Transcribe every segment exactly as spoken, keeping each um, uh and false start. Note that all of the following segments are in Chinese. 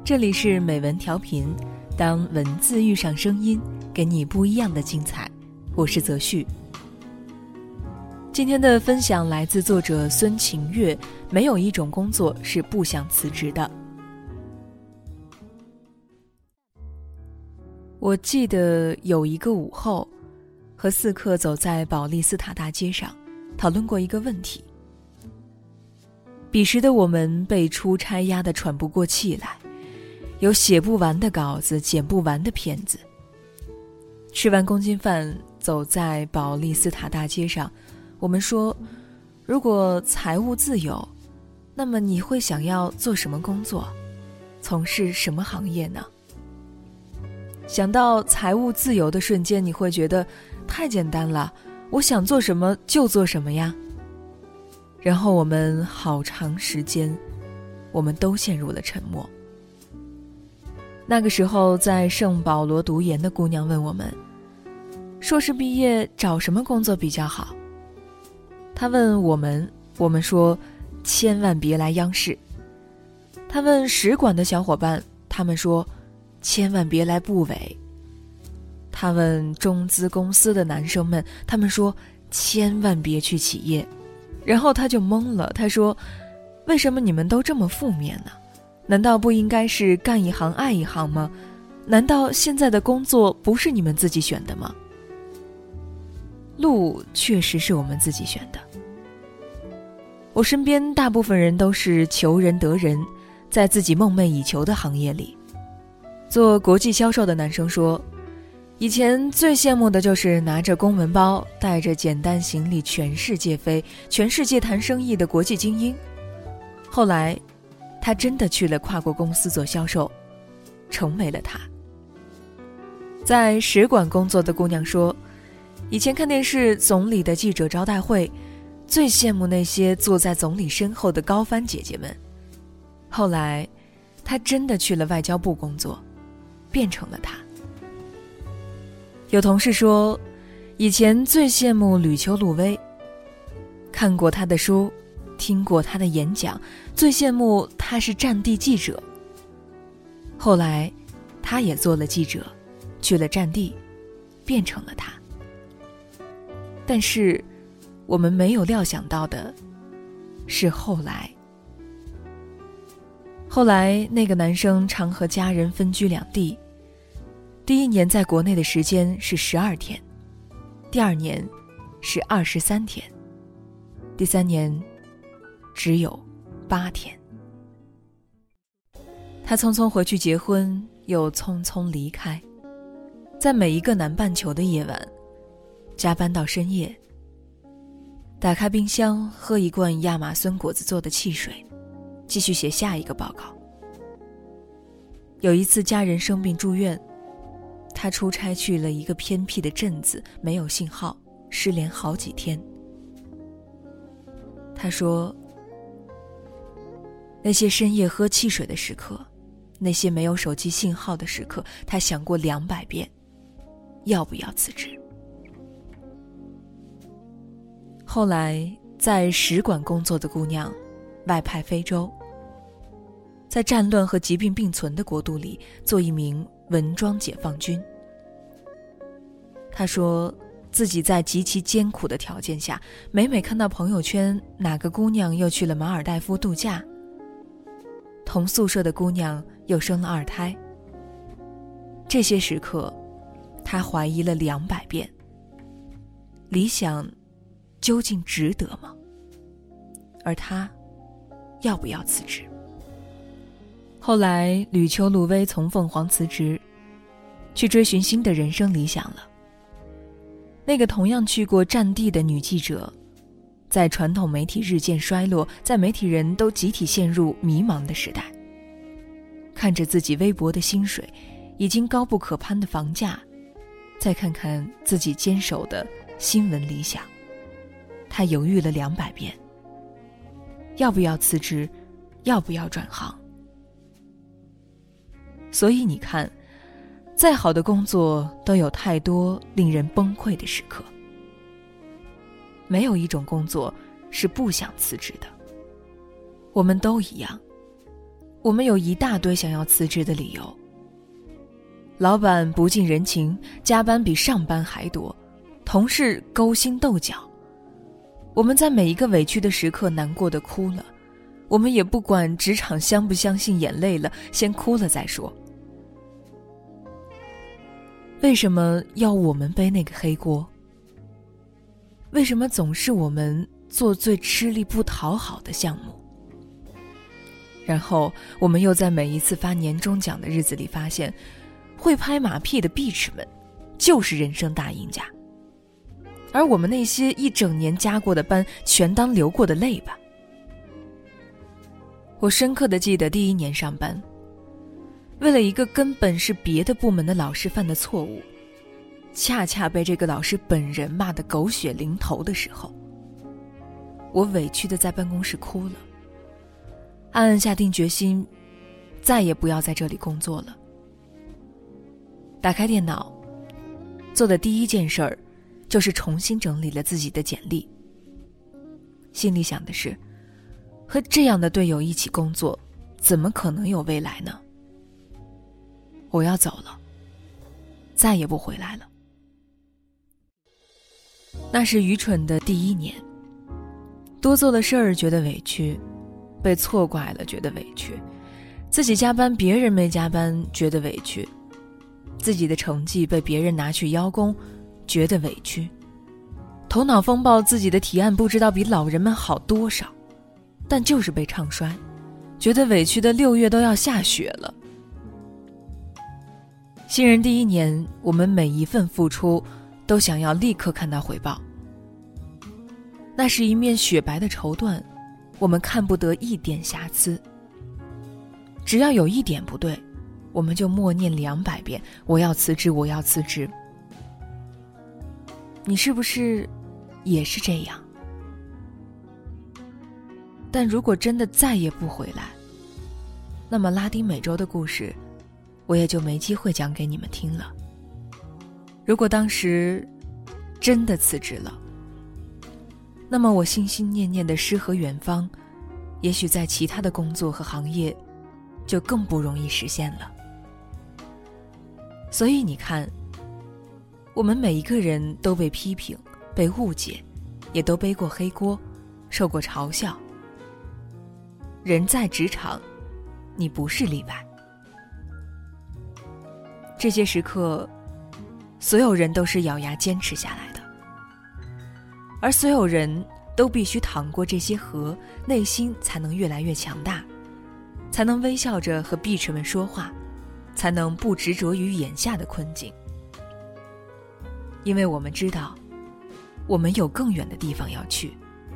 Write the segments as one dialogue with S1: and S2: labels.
S1: 这里是美文调频，当文字遇上声音，给你不一样的精彩。我是泽旭。今天的分享来自作者孙晴月，没有一种工作是不想辞职的。我记得有一个午后，和四客走在保利斯塔大街上，讨论过一个问题。彼时的我们被出差压得喘不过气来，有写不完的稿子，剪不完的片子。吃完公斤饭，走在保利斯塔大街上，我们说，如果财务自由，那么你会想要做什么工作，从事什么行业呢？想到财务自由的瞬间，你会觉得太简单了，我想做什么就做什么呀。然后我们好长时间，我们都陷入了沉默。那个时候在圣保罗读研的姑娘问我们，硕士毕业找什么工作比较好？她问我们，我们说千万别来央视。她问使馆的小伙伴，他们说千万别来部委。她问中资公司的男生们，他们说千万别去企业。然后她就懵了，她说，为什么你们都这么负面呢？难道不应该是干一行爱一行吗？难道现在的工作不是你们自己选的吗？路确实是我们自己选的。我身边大部分人都是求人得人，在自己梦寐以求的行业里。做国际销售的男生说，以前最羡慕的就是拿着公文包，带着简单行李全世界飞，全世界谈生意的国际精英。后来他真的去了跨国公司做销售，成为了他。在使馆工作的姑娘说，以前看电视总理的记者招待会，最羡慕那些坐在总理身后的高帆姐姐们。后来她真的去了外交部工作，变成了她。有同事说，以前最羡慕吕秋露薇，看过她的书，听过她的演讲，最羡慕她是战地记者。后来她也做了记者，去了战地，变成了她。但是我们没有料想到的是后来。后来那个男生常和家人分居两地，第一年在国内的时间是十二天，第二年是二十三天，第三年只有八天。他匆匆回去结婚，又匆匆离开，在每一个南半球的夜晚，加班到深夜，打开冰箱喝一罐亚马孙果子做的汽水，继续写下一个报告。有一次家人生病住院，他出差去了一个偏僻的镇子，没有信号，失联好几天。他说，那些深夜喝汽水的时刻，那些没有手机信号的时刻，他想过两百遍要不要辞职。后来在使馆工作的姑娘外派非洲，在战乱和疾病并存的国度里做一名文装解放军。她说自己在极其艰苦的条件下，每每看到朋友圈哪个姑娘又去了马尔代夫度假，同宿舍的姑娘又生了二胎，这些时刻她怀疑了两百遍，理想究竟值得吗？而她要不要辞职？后来吕秋露薇从凤凰辞职，去追寻新的人生理想了。那个同样去过战地的女记者，在传统媒体日渐衰落，在媒体人都集体陷入迷茫的时代，看着自己微薄的薪水，已经高不可攀的房价，再看看自己坚守的新闻理想，她犹豫了两百遍，要不要辞职，要不要转行。所以你看，再好的工作都有太多令人崩溃的时刻。没有一种工作是不想辞职的，我们都一样， 我们有一大堆想要辞职的理由。老板不近人情，加班比上班还多，同事勾心斗角。我们在每一个委屈的时刻难过的哭了，我们也不管职场相不相信眼泪了，先哭了再说。为什么要我们背那个黑锅？为什么总是我们做最吃力不讨好的项目？然后我们又在每一次发年终奖的日子里发现，会拍马屁的 bitch 们就是人生大赢家，而我们那些一整年加过的班全当流过的泪吧。我深刻地记得第一年上班，为了一个根本是别的部门的老师犯的错误，恰恰被这个老师本人骂得狗血淋头的时候，我委屈地在办公室哭了，暗暗下定决心再也不要在这里工作了。打开电脑，做的第一件事儿就是重新整理了自己的简历。心里想的是，和这样的队友一起工作，怎么可能有未来呢？我要走了，再也不回来了。那是愚蠢的第一年，多做了事儿觉得委屈，被错怪了觉得委屈，自己加班别人没加班觉得委屈，自己的成绩被别人拿去邀功觉得委屈，头脑风暴自己的提案不知道比老人们好多少，但就是被唱衰，觉得委屈的六月都要下雪了。新人第一年，我们每一份付出都想要立刻看到回报，那是一面雪白的绸缎，我们看不得一点瑕疵，只要有一点不对，我们就默念两百遍，我要辞职，我要辞职。你是不是也是这样？但如果真的再也不回来，那么拉丁美洲的故事我也就没机会讲给你们听了。如果当时真的辞职了，那么我心心念念的诗和远方，也许在其他的工作和行业就更不容易实现了。所以你看，我们每一个人都被批评，被误解，也都背过黑锅，受过嘲笑。人在职场，你不是例外。这些时刻，所有人都是咬牙坚持下来的，而所有人都必须淌过这些河，内心才能越来越强大，才能微笑着和 bitch 们说话，才能不执着于眼下的困境。因为我们知道，我们有更远的地方要去。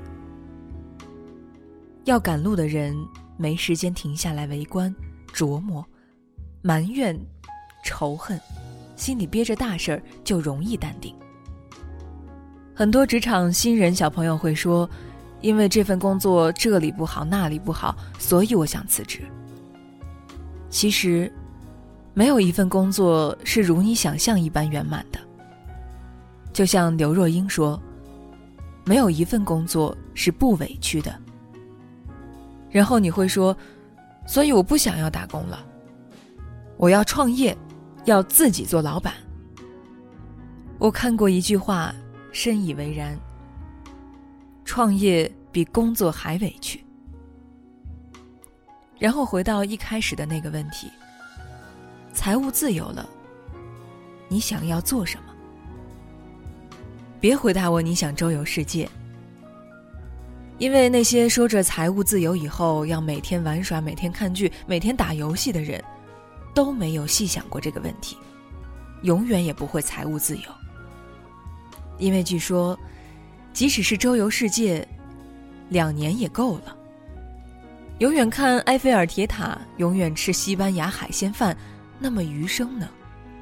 S1: 要赶路的人没时间停下来围观、琢磨、埋怨、仇恨，心里憋着大事儿就容易淡定。很多职场新人小朋友会说，因为这份工作这里不好那里不好，所以我想辞职。其实没有一份工作是如你想象一般圆满的。就像刘若英说，没有一份工作是不委屈的。然后你会说，所以我不想要打工了，我要创业，要自己做老板。我看过一句话，深以为然，创业比工作还委屈。然后回到一开始的那个问题，财务自由了，你想要做什么？别回答我你想周游世界，因为那些说着财务自由以后要每天玩耍、每天看剧、每天打游戏的人，都没有细想过这个问题，永远也不会财务自由。因为据说，即使是周游世界，两年也够了。永远看埃菲尔铁塔，永远吃西班牙海鲜饭，那么余生呢？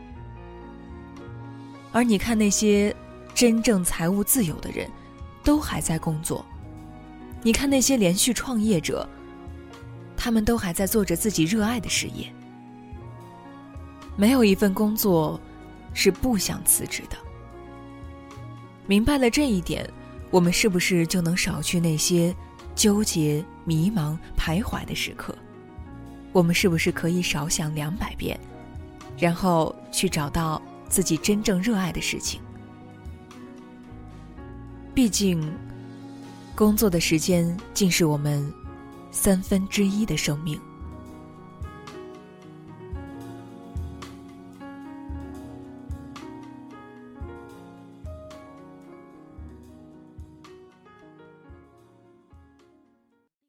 S1: 而你看那些真正财务自由的人，都还在工作。你看那些连续创业者，他们都还在做着自己热爱的事业。没有一份工作是不想辞职的。明白了这一点，我们是不是就能少去那些纠结、迷茫、徘徊的时刻？ 我们是不是可以少想两百遍，然后去找到自己真正热爱的事情？毕竟，工作的时间竟是我们三分之一的生命。